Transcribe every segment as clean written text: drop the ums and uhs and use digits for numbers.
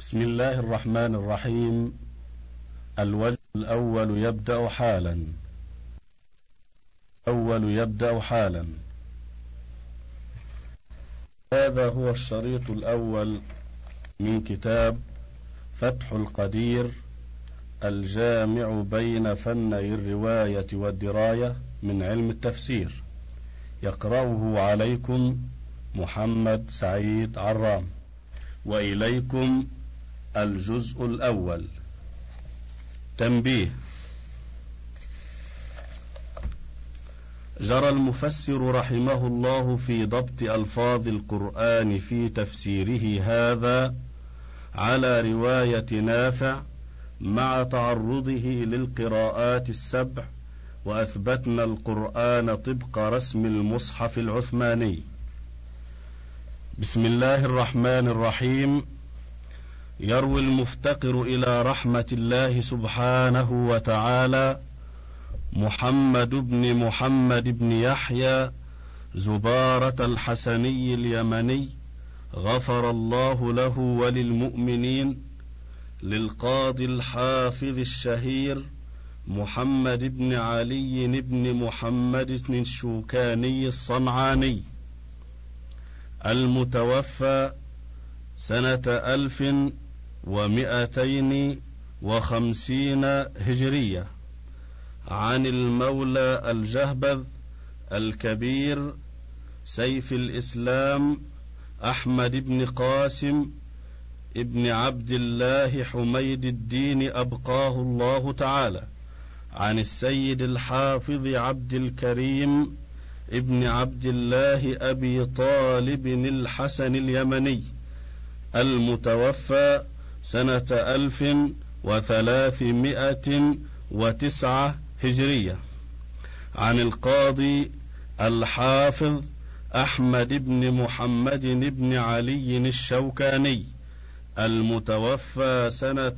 بسم الله الرحمن الرحيم. الوجه الأول يبدأ حالا. هذا هو الشريط الأول من كتاب فتح القدير الجامع بين فني الرواية والدراية من علم التفسير، يقرأه عليكم محمد سعيد عرام. وإليكم الجزء الأول. تنبيه: جرى المفسر رحمه الله في ضبط ألفاظ القرآن في تفسيره هذا على رواية نافع مع تعرضه للقراءات السبع، وأثبتنا القرآن طبق رسم المصحف العثماني. بسم الله الرحمن الرحيم. يروي المفتقر إلى رحمة الله سبحانه وتعالى محمد بن يحيى زبارة الحسني اليمني غفر الله له وللمؤمنين، للقاضي الحافظ الشهير محمد بن علي بن محمد الشوكاني الصنعاني، المتوفى سنة 1250 هجرية، عن المولى الجهبذ الكبير سيف الإسلام أحمد بن قاسم ابن عبد الله حميد الدين أبقاه الله تعالى، عن السيد الحافظ عبد الكريم ابن عبد الله أبي طالب الحسن اليمني، المتوفى سنة 1309 هجرية، عن القاضي الحافظ أحمد بن محمد بن علي الشوكاني، المتوفى سنة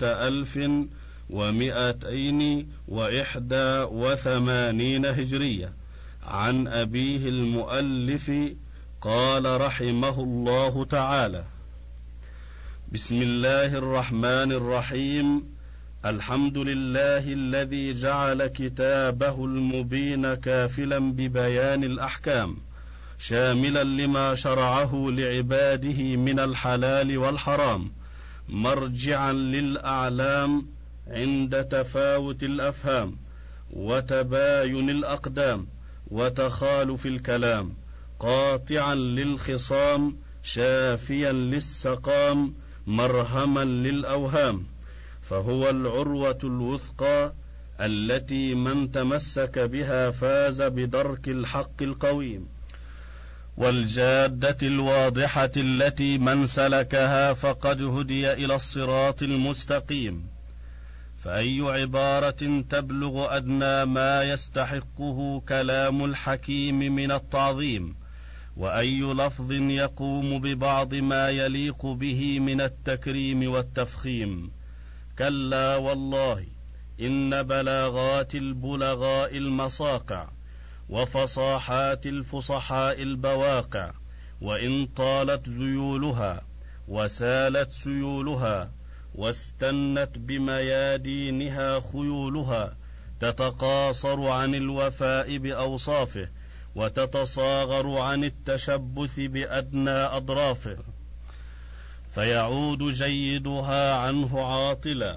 1281 هجرية، عن أبيه المؤلف قال رحمه الله تعالى: بسم الله الرحمن الرحيم. الحمد لله الذي جعل كتابه المبين كافلا ببيان الأحكام، شاملا لما شرعه لعباده من الحلال والحرام، مرجعا للأعلام عند تفاوت الأفهام وتباين الأقدام وتخالف الكلام، قاطعا للخصام شافيا للسقام، مرهما للأوهام، فهو العروة الوثقى التي من تمسك بها فاز بدرك الحق القويم، والجادة الواضحة التي من سلكها فقد هدي إلى الصراط المستقيم. فأي عبارة تبلغ أدنى ما يستحقه كلام الحكيم من التعظيم، وأي لفظ يقوم ببعض ما يليق به من التكريم والتفخيم. كلا والله إن بلاغات البلغاء المصاقع، وفصاحات الفصحاء البواقع، وإن طالت ذيولها وسالت سيولها واستنت بميادينها خيولها، تتقاصر عن الوفاء بأوصافه، وتتصاغر عن التشبث بأدنى أضرافه، فيعود جيدها عنه عاطلا،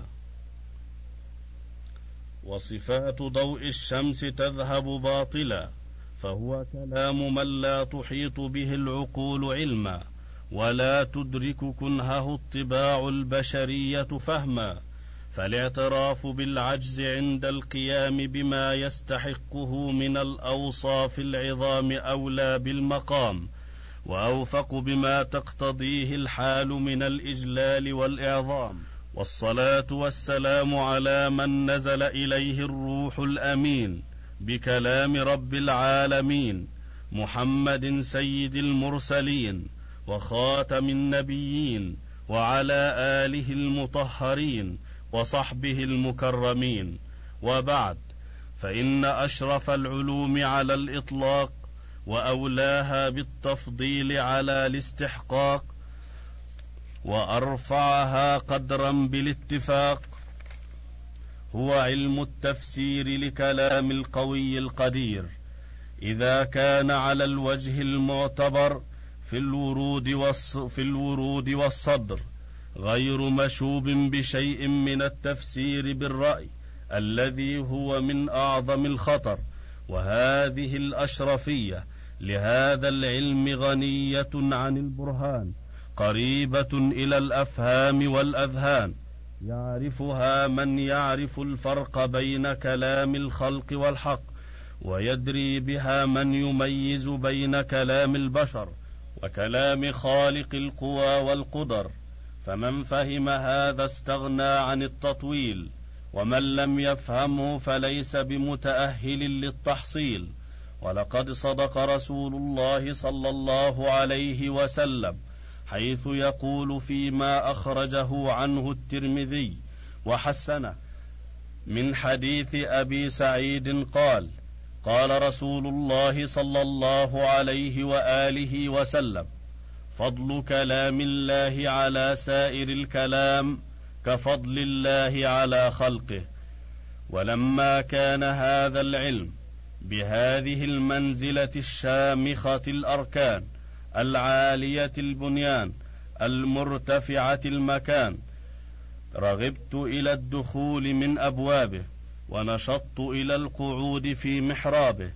وصفات ضوء الشمس تذهب باطلا، فهو كلام من لا تحيط به العقول علما، ولا تدرك كنهه الطباع البشرية فهما، فالاعتراف بالعجز عند القيام بما يستحقه من الأوصاف العظام أولى بالمقام، وأوفق بما تقتضيه الحال من الإجلال والإعظام. والصلاة والسلام على من نزل إليه الروح الأمين بكلام رب العالمين، محمد سيد المرسلين وخاتم النبيين، وعلى آله المطهرين وصحبه المكرمين. وبعد، فإن أشرف العلوم على الإطلاق وأولاها بالتفضيل على الاستحقاق وأرفعها قدرا بالاتفاق هو علم التفسير لكلام القوي القدير، إذا كان على الوجه المعتبر في الورود والصدر، غير مشوب بشيء من التفسير بالرأي الذي هو من أعظم الخطر. وهذه الأشرفية لهذا العلم غنية عن البرهان، قريبة إلى الأفهام والأذهان، يعرفها من يعرف الفرق بين كلام الخلق والحق، ويدري بها من يميز بين كلام البشر وكلام خالق القوى والقدر. فمن فهم هذا استغنى عن التطويل، ومن لم يفهمه فليس بمتأهل للتحصيل. ولقد صدق رسول الله صلى الله عليه وسلم حيث يقول فيما أخرجه عنه الترمذي وحسنه من حديث أبي سعيد قال: قال رسول الله صلى الله عليه وآله وسلم: فضل كلام الله على سائر الكلام كفضل الله على خلقه. ولما كان هذا العلم بهذه المنزلة الشامخة الأركان العالية البنيان المرتفعة المكان، رغبت إلى الدخول من أبوابه، ونشطت إلى القعود في محرابه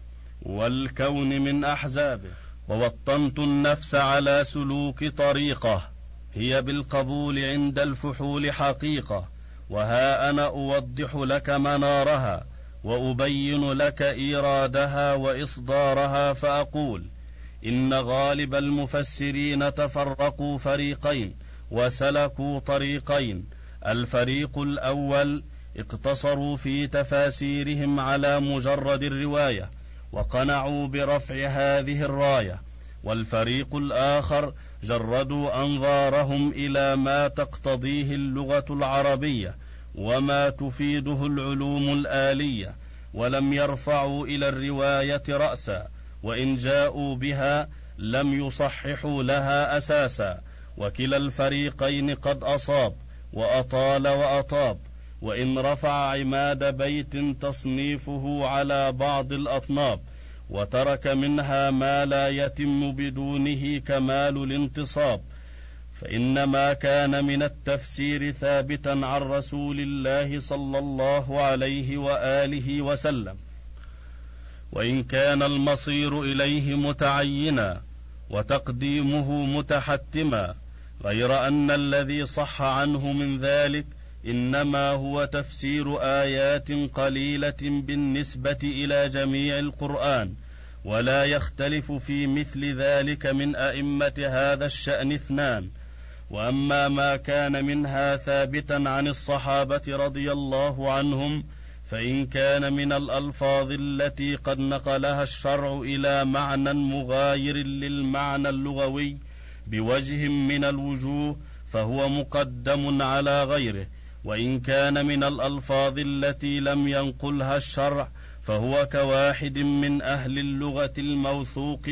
والكون من أحزابه، ووطنت النفس على سلوك طريقة هي بالقبول عند الفحول حقيقة. وها أنا أوضح لك منارها، وأبين لك إيرادها وإصدارها، فأقول: إن غالب المفسرين تفرقوا فريقين وسلكوا طريقين. الفريق الأول اقتصروا في تفاسيرهم على مجرد الرواية وقنعوا برفع هذه الراية، والفريق الآخر جردوا أنظارهم إلى ما تقتضيه اللغة العربية وما تفيده العلوم الآلية، ولم يرفعوا إلى الرواية رأسا، وإن جاءوا بها لم يصححوا لها أساسا. وكلا الفريقين قد أصاب وأطال وأطاب، وإن رفع عماد بيت تصنيفه على بعض الأطناب، وترك منها ما لا يتم بدونه كمال الانتصاب، فإنما كان من التفسير ثابتا عن رسول الله صلى الله عليه وآله وسلم، وإن كان المصير إليه متعينا وتقديمه متحتما، غير أن الذي صح عنه من ذلك إنما هو تفسير آيات قليلة بالنسبة إلى جميع القرآن، ولا يختلف في مثل ذلك من أئمة هذا الشأن اثنان. وأما ما كان منها ثابتا عن الصحابة رضي الله عنهم، فإن كان من الألفاظ التي قد نقلها الشرع إلى معنى مغاير للمعنى اللغوي بوجه من الوجوه فهو مقدم على غيره، وإن كان من الألفاظ التي لم ينقلها الشرع فهو كواحد من أهل اللغة الموثوق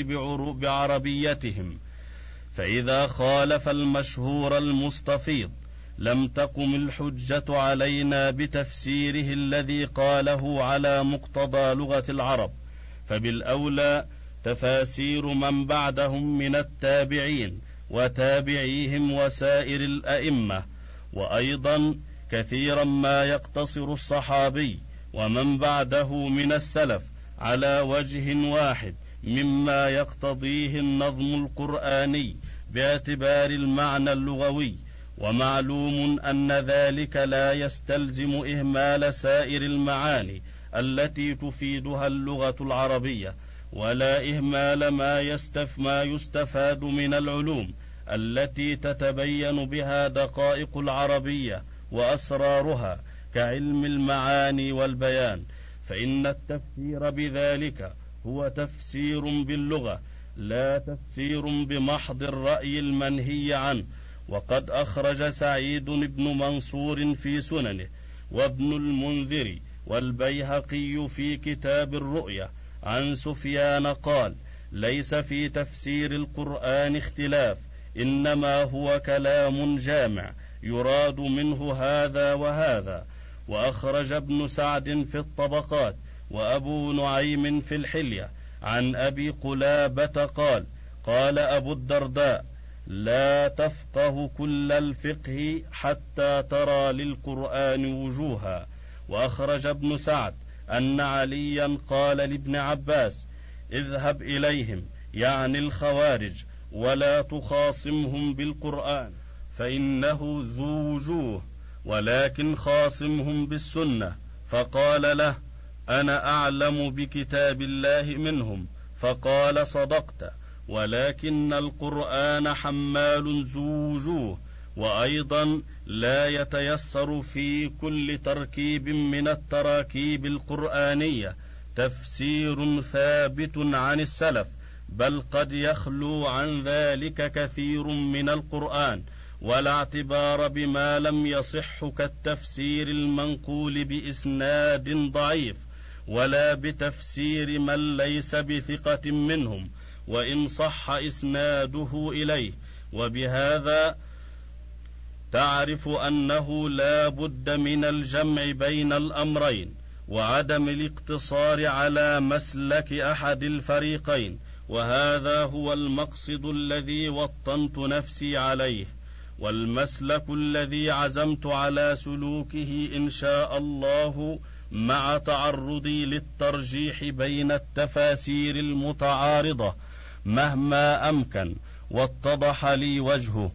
بعربيتهم. فإذا خالف المشهور المستفيض لم تقم الحجة علينا بتفسيره الذي قاله على مقتضى لغة العرب، فبالأولى تفاسير من بعدهم من التابعين وتابعيهم وسائر الأئمة، وأيضا كثيرا ما يقتصر الصحابي ومن بعده من السلف على وجه واحد مما يقتضيه النظم القرآني باعتبار المعنى اللغوي. ومعلوم أن ذلك لا يستلزم إهمال سائر المعاني التي تفيدها اللغة العربية، ولا إهمال ما يستفاد من العلوم التي تتبين بها دقائق العربية وأسرارها كعلم المعاني والبيان، فإن التفسير بذلك هو تفسير باللغة لا تفسير بمحض الرأي المنهي عنه. وقد أخرج سعيد بن منصور في سننه، وابن المنذر والبيهقي في كتاب الرؤيا عن سفيان قال: ليس في تفسير القرآن اختلاف إنما هو كلام جامع يراد منه هذا وهذا. وأخرج ابن سعد في الطبقات وأبو نعيم في الحلية عن أبي قلابة قال: قال أبو الدرداء: لا تفقه كل الفقه حتى ترى للقرآن وجوها. وأخرج ابن سعد أن عليا قال لابن عباس: اذهب إليهم، يعني الخوارج، ولا تخاصمهم بالقرآن فإنه ذو وجوه، ولكن خاصمهم بالسنة. فقال له: أنا أعلم بكتاب الله منهم. فقال: صدقت، ولكن القرآن حمال ذو وجوه، وأيضا لا يتيسر في كل تركيب من التراكيب القرآنية تفسير ثابت عن السلف، بل قد يخلو عن ذلك كثير من القرآن، ولا اعتبار بما لم يصح كالتفسير المنقول بإسناد ضعيف، ولا بتفسير من ليس بثقة منهم وإن صح إسناده إليه. وبهذا تعرف أنه لا بد من الجمع بين الأمرين، وعدم الاقتصار على مسلك أحد الفريقين، وهذا هو المقصد الذي وطنت نفسي عليه، والمسلك الذي عزمت على سلوكه إن شاء الله، مع تعرضي للترجيح بين التفاسير المتعارضة مهما أمكن واتضح لي وجهه،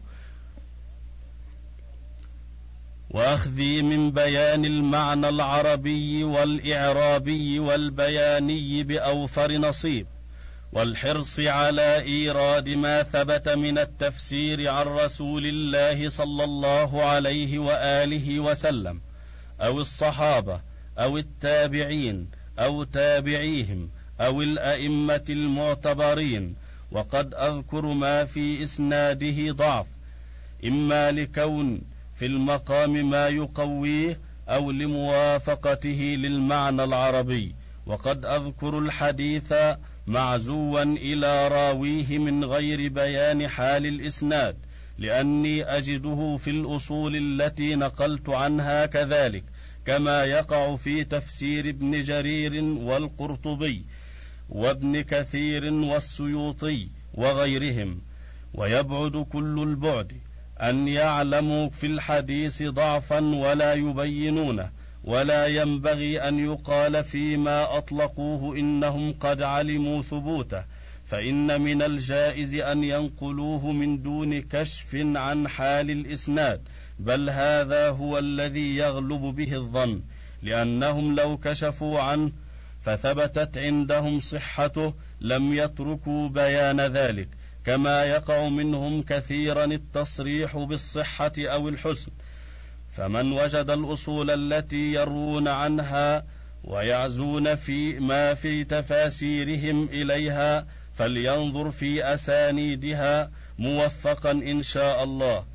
وأخذي من بيان المعنى العربي والإعرابي والبياني بأوفر نصيب، والحرص على إيراد ما ثبت من التفسير عن رسول الله صلى الله عليه وآله وسلم، أو الصحابة، أو التابعين، أو تابعيهم، أو الأئمة المعتبرين. وقد أذكر ما في إسناده ضعف، إما لكون في المقام ما يقويه، أو لموافقته للمعنى العربي. وقد أذكر الحديث معزوا إلى راويه من غير بيان حال الإسناد، لأني أجده في الأصول التي نقلت عنها كذلك، كما يقع في تفسير ابن جرير والقرطبي وابن كثير والسيوطي وغيرهم. ويبعد كل البعد أن يعلموا في الحديث ضعفا ولا يبينونه، ولا ينبغي أن يقال فيما أطلقوه إنهم قد علموا ثبوته، فإن من الجائز أن ينقلوه من دون كشف عن حال الإسناد، بل هذا هو الذي يغلب به الظن، لأنهم لو كشفوا عنه فثبتت عندهم صحته لم يتركوا بيان ذلك، كما يقع منهم كثيرا التصريح بالصحة أو الحسن. فمن وجد الأصول التي يروون عنها ويعزون في ما في تفاسيرهم إليها فلينظر في أسانيدها موفقا إن شاء الله.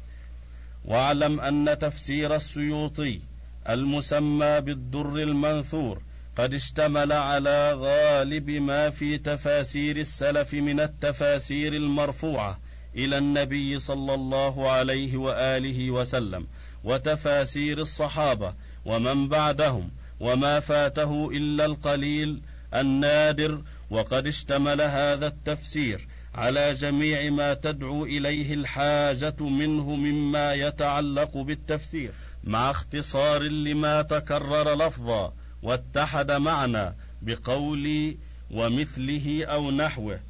واعلم أن تفسير السيوطي المسمى بالدر المنثور قد اشتمل على غالب ما في تفاسير السلف من التفاسير المرفوعة إلى النبي صلى الله عليه وآله وسلم، وتفاسير الصحابة ومن بعدهم، وما فاته إلا القليل النادر. وقد اشتمل هذا التفسير على جميع ما تدعو إليه الحاجة منه مما يتعلق بالتفسير، مع اختصار لما تكرر لفظا واتحد معنى بقولي ومثله أو نحوه.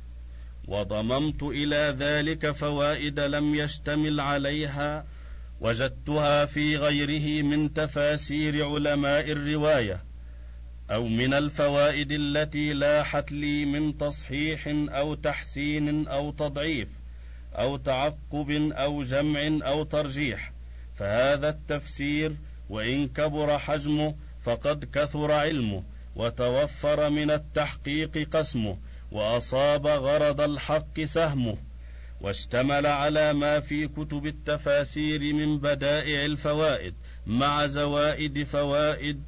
وضممت إلى ذلك فوائد لم يشتمل عليها وجدتها في غيره من تفاسير علماء الرواية، أو من الفوائد التي لاحت لي من تصحيح أو تحسين أو تضعيف أو تعقب أو جمع أو ترجيح. فهذا التفسير وإن كبر حجمه فقد كثر علمه، وتوفر من التحقيق قسمه، وأصاب غرض الحق سهمه، واشتمل على ما في كتب التفاسير من بدائع الفوائد مع زوائد فوائد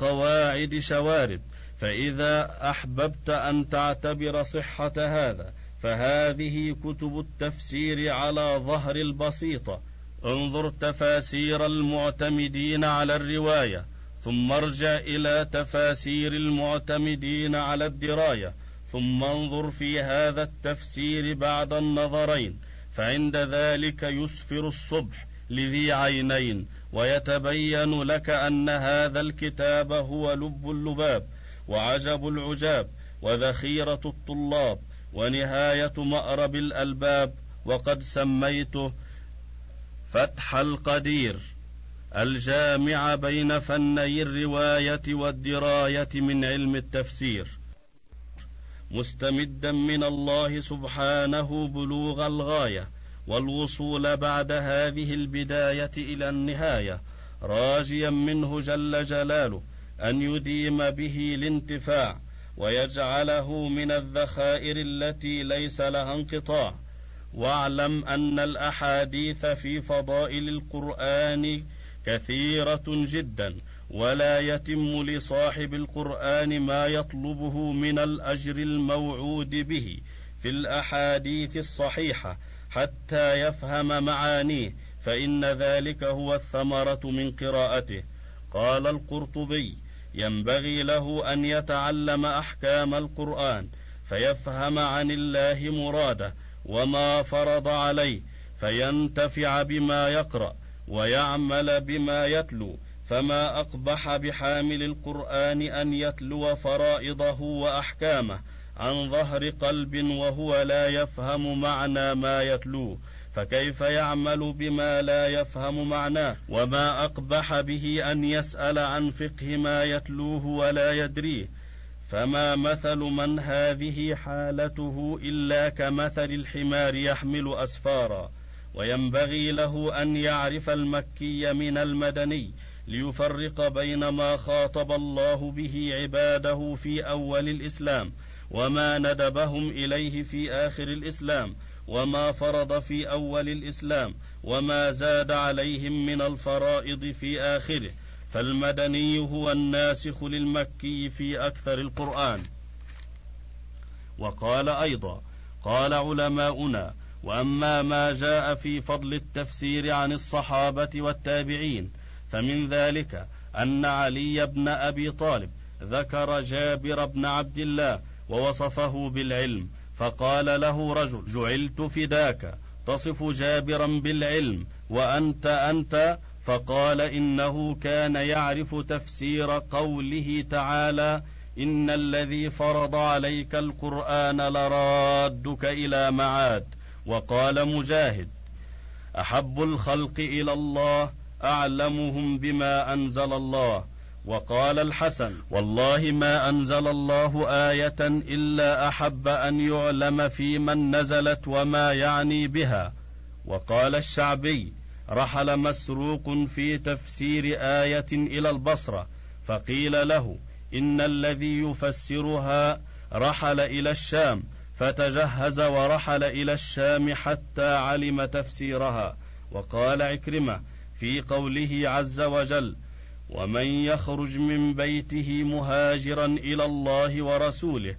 وقواعد شوارد. فإذا أحببت أن تعتبر صحة هذا فهذه كتب التفسير على ظهر البسيطة. انظر تفاسير المعتمدين على الرواية، ثم ارجع إلى تفاسير المعتمدين على الدراية، ثم انظر في هذا التفسير بعد النظرين، فعند ذلك يسفر الصبح لذي عينين، ويتبين لك أن هذا الكتاب هو لب اللباب، وعجب العجاب، وذخيرة الطلاب، ونهاية مأرب الألباب. وقد سميته فتح القدير، الجامع بين فني الرواية والدراية من علم التفسير، مستمدا من الله سبحانه بلوغ الغاية والوصول بعد هذه البداية إلى النهاية، راجيا منه جل جلاله أن يديم به الانتفاع ويجعله من الذخائر التي ليس لها انقطاع. واعلم أن الأحاديث في فضائل القرآن كثيرة جدا، ولا يتم لصاحب القرآن ما يطلبه من الأجر الموعود به في الأحاديث الصحيحة حتى يفهم معانيه، فإن ذلك هو الثمرة من قراءته. قال القرطبي: ينبغي له أن يتعلم أحكام القرآن فيفهم عن الله مراده وما فرض عليه، فينتفع بما يقرأ ويعمل بما يتلو. فما أقبح بحامل القرآن أن يتلو فرائضه وأحكامه عن ظهر قلب وهو لا يفهم معنى ما يتلوه، فكيف يعمل بما لا يفهم معناه؟ وما أقبح به أن يسأل عن فقه ما يتلوه ولا يدريه. فما مثل من هذه حالته إلا كمثل الحمار يحمل أسفارا. وينبغي له أن يعرف المكي من المدني ليفرق بين ما خاطب الله به عباده في أول الإسلام وما ندبهم إليه في آخر الإسلام، وما فرض في أول الإسلام وما زاد عليهم من الفرائض في آخره. فالمدني هو الناسخ للمكي في أكثر القرآن. وقال أيضا: قال علماؤنا: وأما ما جاء في فضل التفسير عن الصحابة والتابعين فمن ذلك أن علي بن أبي طالب ذكر جابر بن عبد الله ووصفه بالعلم، فقال له رجل: جعلت فداك، تصف جابرا بالعلم وأنت؟ فقال: إنه كان يعرف تفسير قوله تعالى: إن الذي فرض عليك القرآن لرادك إلى معاد. وقال مجاهد: أحب الخلق إلى الله أعلمهم بما أنزل الله. وقال الحسن: والله ما أنزل الله آية إلا أحب أن يعلم في من نزلت وما يعني بها. وقال الشعبي: رحل مسروق في تفسير آية إلى البصرة، فقيل له: إن الذي يفسرها رحل إلى الشام، فتجهز ورحل إلى الشام حتى علم تفسيرها. وقال عكرمة في قوله عز وجل: ومن يخرج من بيته مهاجرا إلى الله ورسوله،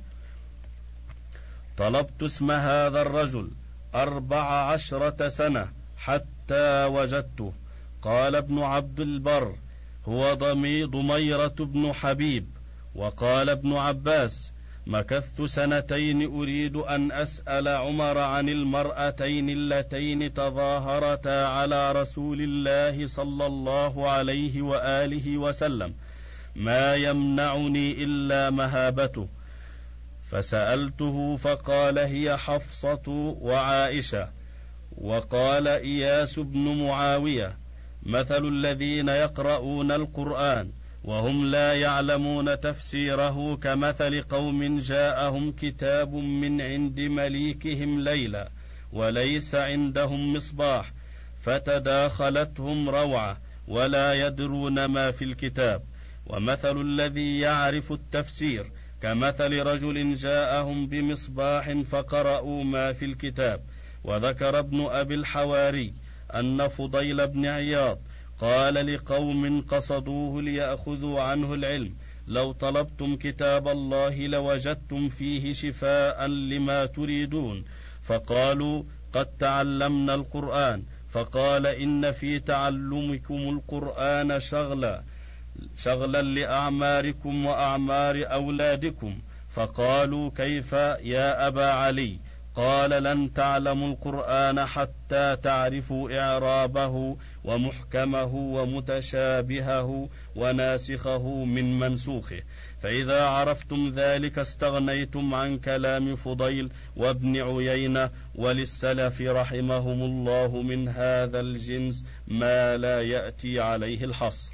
طلبت اسم هذا الرجل 14 سنة حتى وجدته. قال ابن عبد البر: هو ضميرة بن حبيب. وقال ابن عباس: مكثت 2 أريد أن أسأل عمر عن المرأتين اللتين تظاهرتا على رسول الله صلى الله عليه وآله وسلم، ما يمنعني إلا مهابته، فسألته فقال: هي حفصة وعائشة. وقال إياس بن معاوية: مثل الذين يقرؤون القرآن وهم لا يعلمون تفسيره كمثل قوم جاءهم كتاب من عند مليكهم ليلا وليس عندهم مصباح، فتداخلتهم روعة ولا يدرون ما في الكتاب. ومثل الذي يعرف التفسير كمثل رجل جاءهم بمصباح فقرأوا ما في الكتاب. وذكر ابن أبي الحواري أن فضيل بن عياض قال لقوم قصدوه ليأخذوا عنه العلم: لو طلبتم كتاب الله لوجدتم فيه شفاء لما تريدون، فقالوا قد تعلمنا القرآن. فقال إن في تعلمكم القرآن شغلا لأعماركم وأعمار أولادكم. فقالوا كيف يا أبا علي؟ قال لن تعلموا القرآن حتى تعرفوا إعرابه ومحكمه ومتشابهه وناسخه من منسوخه، فإذا عرفتم ذلك استغنيتم عن كلام فضيل وابن عيينة، وللسلف رحمهم الله من هذا الجنس ما لا يأتي عليه الحصر.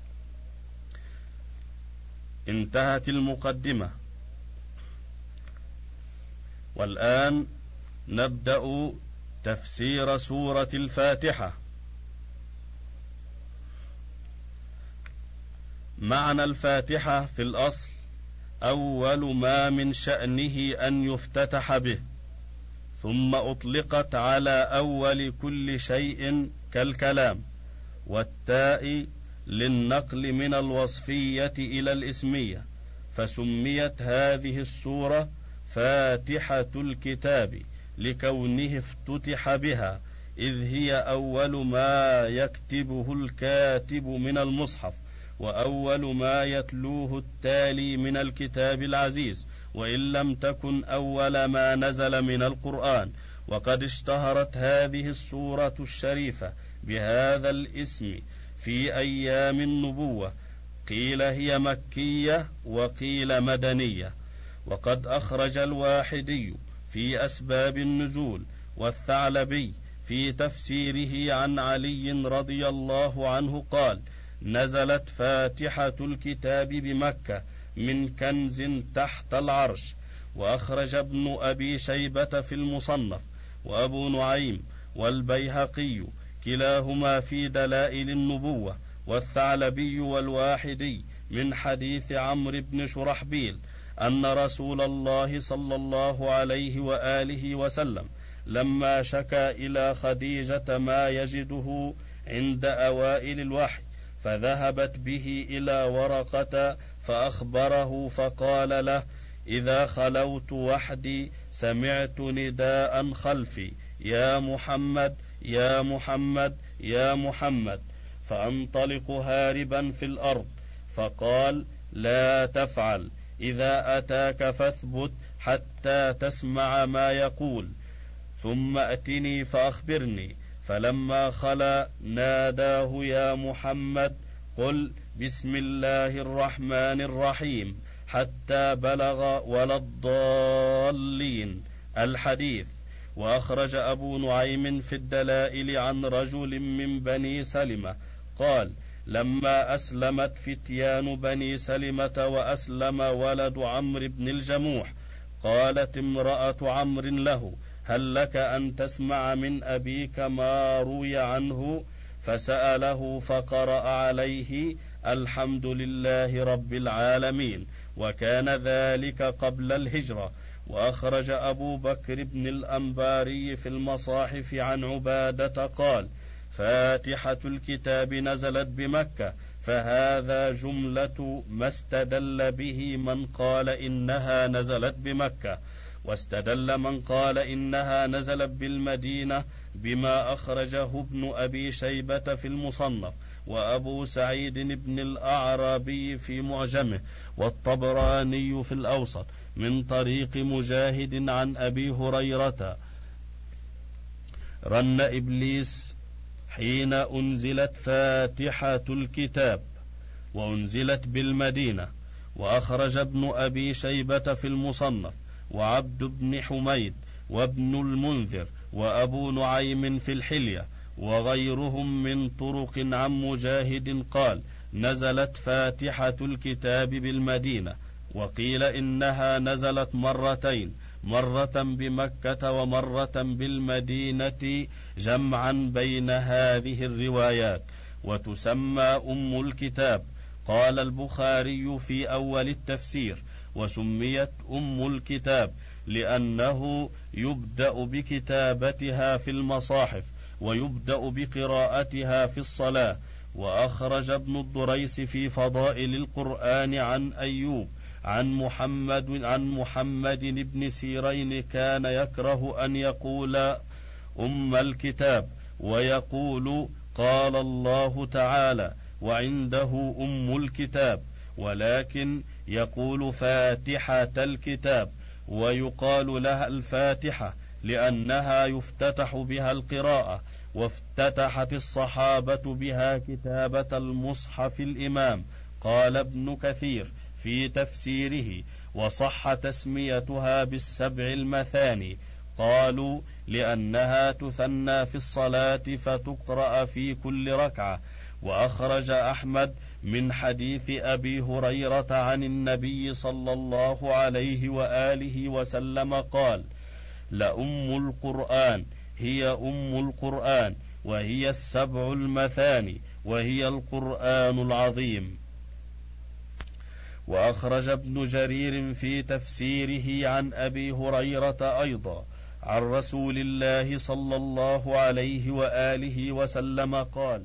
انتهت المقدمة. والآن نبدأ تفسير سورة الفاتحة. معنى الفاتحة في الأصل أول ما من شأنه أن يفتتح به، ثم أطلقت على أول كل شيء كالكلام، والتاء للنقل من الوصفية إلى الاسمية، فسميت هذه السورة فاتحة الكتاب لكونه افتتح بها، إذ هي أول ما يكتبه الكاتب من المصحف، وأول ما يتلوه التالي من الكتاب العزيز، وإن لم تكن أول ما نزل من القرآن. وقد اشتهرت هذه السورة الشريفة بهذا الاسم في أيام النبوة، قيل هي مكية وقيل مدنية. وقد أخرج الواحدي في أسباب النزول والثعلبي في تفسيره عن علي رضي الله عنه قال: نزلت فاتحة الكتاب بمكة من كنز تحت العرش. وأخرج ابن أبي شيبة في المصنف، وأبو نعيم والبيهقي كلاهما في دلائل النبوة، والثعلبي والواحدي من حديث عمرو بن شرحبيل أن رسول الله صلى الله عليه وآله وسلم لما شكى إلى خديجة ما يجده عند أوائل الوحي، فذهبت به إلى ورقة فأخبره فقال له: إذا خلوت وحدي سمعت نداء خلفي: يا محمد يا محمد يا محمد، فأنطلق هاربا في الأرض. فقال: لا تفعل، إذا أتاك فاثبت حتى تسمع ما يقول، ثم أتني فأخبرني. فلما خلا ناداه: يا محمد قل بسم الله الرحمن الرحيم حتى بلغ ولا الضالين الحديث. وأخرج أبو نعيم في الدلائل عن رجل من بني سلمة قال: لما أسلمت فتيان بني سلمة وأسلم ولد عمرو بن الجموح، قالت امرأة عمرو له: هل لك أن تسمع من أبيك ما روي عنه؟ فسأله فقرأ عليه: الحمد لله رب العالمين، وكان ذلك قبل الهجرة. وأخرج أبو بكر بن الأنباري في المصاحف عن عبادة قال: فاتحة الكتاب نزلت بمكة، فهذا جملة ما استدل به من قال إنها نزلت بمكة. واستدل من قال إنها نزلت بالمدينة بما أخرجه ابن أبي شيبة في المصنف، وأبو سعيد بن الأعرابي في معجمه، والطبراني في الأوسط من طريق مجاهد عن أبي هريرة: رن إبليس حين أنزلت فاتحة الكتاب، وأنزلت بالمدينة. وأخرج ابن أبي شيبة في المصنف، وعبد بن حميد وابن المنذر وأبو نعيم في الحلية وغيرهم من طرق عن مجاهد قال: نزلت فاتحة الكتاب بالمدينة. وقيل إنها نزلت مرتين، مرة بمكة ومرة بالمدينة، جمعا بين هذه الروايات. وتسمى أم الكتاب. قال البخاري في أول التفسير: وسميت أم الكتاب لأنه يبدأ بكتابتها في المصاحف ويبدأ بقراءتها في الصلاة. وأخرج ابن الدريس في فضائل القرآن عن أيوب عن محمد بن سيرين كان يكره أن يقول أم الكتاب ويقول قال الله تعالى وعنده أم الكتاب، ولكن يقول فاتحة الكتاب، ويقال لها الفاتحة لأنها يفتتح بها القراءة، وافتتحت الصحابة بها كتابة المصحف الإمام. قال ابن كثير في تفسيره: وصح تسميتها بالسبع المثاني، قالوا لأنها تثنى في الصلاة فتقرأ في كل ركعة. وأخرج أحمد من حديث أبي هريرة عن النبي صلى الله عليه وآله وسلم قال: لأم القرآن هي أم القرآن، وهي السبع المثاني، وهي القرآن العظيم. وأخرج ابن جرير في تفسيره عن أبي هريرة أيضا عن رسول الله صلى الله عليه وآله وسلم قال: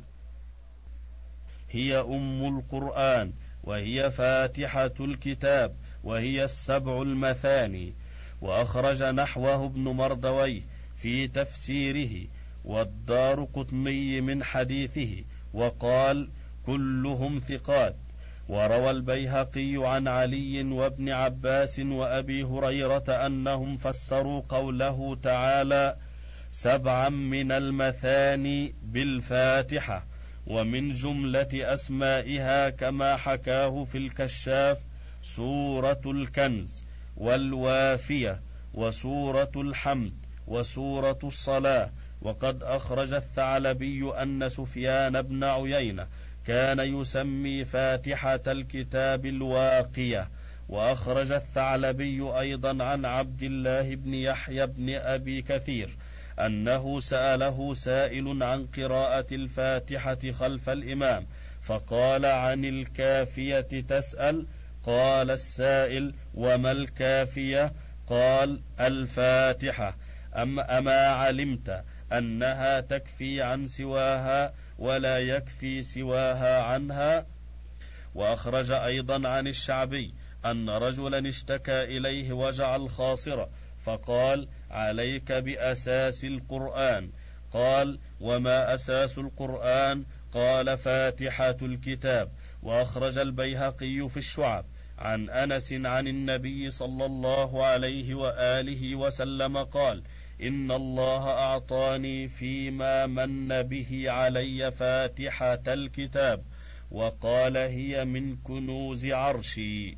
هي أم القرآن، وهي فاتحة الكتاب، وهي السبع المثاني. وأخرج نحوه ابن مردويه في تفسيره والدارقطني من حديثه، وقال: كلهم ثقات. وروى البيهقي عن علي وابن عباس وأبي هريرة أنهم فسروا قوله تعالى: سبعا من المثاني بالفاتحة، ومن جملة أسمائها كما حكاه في الكشاف سورة الكنز، والوافية، وسورة الحمد، وسورة الصلاة. وقد أخرج الثعلبي أن سفيان بن عيينة كان يسمي فاتحة الكتاب الواقية. وأخرج الثعلبي أيضا عن عبد الله بن يحيى بن أبي كثير أنه سأله سائل عن قراءة الفاتحة خلف الإمام، فقال: عن الكافية تسأل؟ قال السائل: وما الكافية؟ قال: الفاتحة. أما علمت أنها تكفي عن سواها ولا يكفي سواها عنها؟ وأخرج أيضا عن الشعبي أن رجلا اشتكى إليه وجع الخاصرة، فقال: عليك بأساس القرآن. قال: وما أساس القرآن؟ قال: فاتحة الكتاب. وأخرج البيهقي في الشعب عن أنس عن النبي صلى الله عليه وآله وسلم قال: إن الله أعطاني فيما من به علي فاتحة الكتاب، وقال: هي من كنوز عرشي.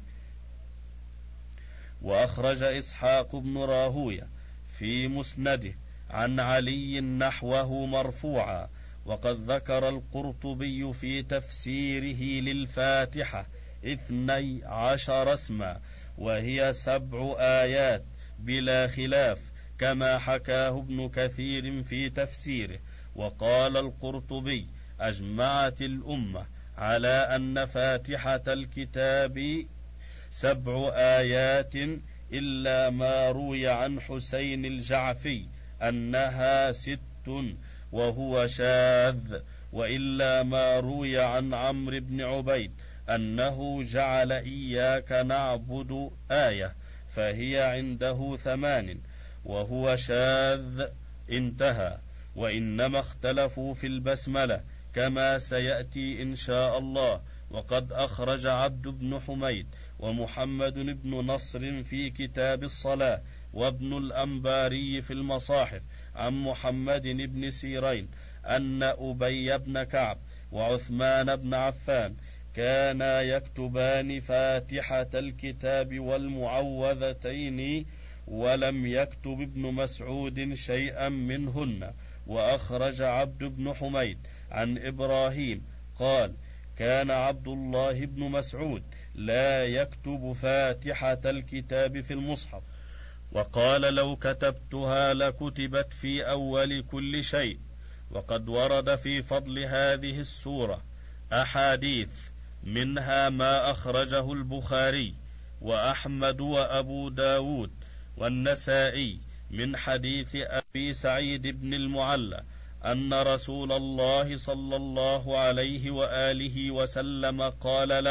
وأخرج إسحاق بن راهوية في مسنده عن علي نحوه مرفوعا. وقد ذكر القرطبي في تفسيره للفاتحة 12 اسما، وهي 7 آيات بلا خلاف، كما حكاه ابن كثير في تفسيره. وقال القرطبي: أجمعت الأمة على أن فاتحة الكتاب 7 آيات، إلا ما روي عن حسين الجعفي أنها 6 وهو شاذ، وإلا ما روي عن عمرو بن عبيد أنه جعل إياك نعبد آية، فهي عنده 8 وهو شاذ. انتهى. وإنما اختلفوا في البسملة كما سيأتي إن شاء الله. وقد أخرج عبد بن حميد ومحمد بن نصر في كتاب الصلاة، وابن الأنباري في المصاحف عن محمد بن سيرين أن أبي بن كعب وعثمان بن عفان كانا يكتبان فاتحة الكتاب والمعوذتين، ولم يكتب ابن مسعود شيئا منهن. وأخرج عبد بن حميد عن إبراهيم قال: كان عبد الله بن مسعود لا يكتب فاتحة الكتاب في المصحف، وقال: لو كتبتها لكتبت في أول كل شيء. وقد ورد في فضل هذه السورة أحاديث، منها ما أخرجه البخاري وأحمد وأبو داود والنسائي من حديث أبي سعيد بن المعلى أن رسول الله صلى الله عليه وآله وسلم قال له: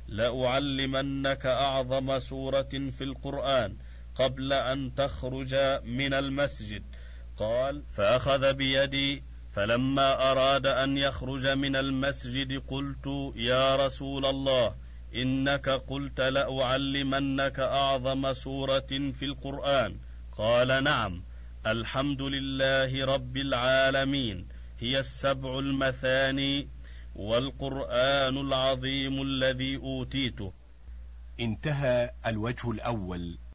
لأعلمنك أعظم سورة في القرآن قبل أن تخرج من المسجد. قال: فأخذ بيدي، فلما أراد أن يخرج من المسجد قلت: يا رسول الله، إنك قلت لأعلمنك أعظم سورة في القرآن. قال: نعم، الحمد لله رب العالمين، هي السبع المثاني والقرآن العظيم الذي أوتيته. انتهى الوجه الأول.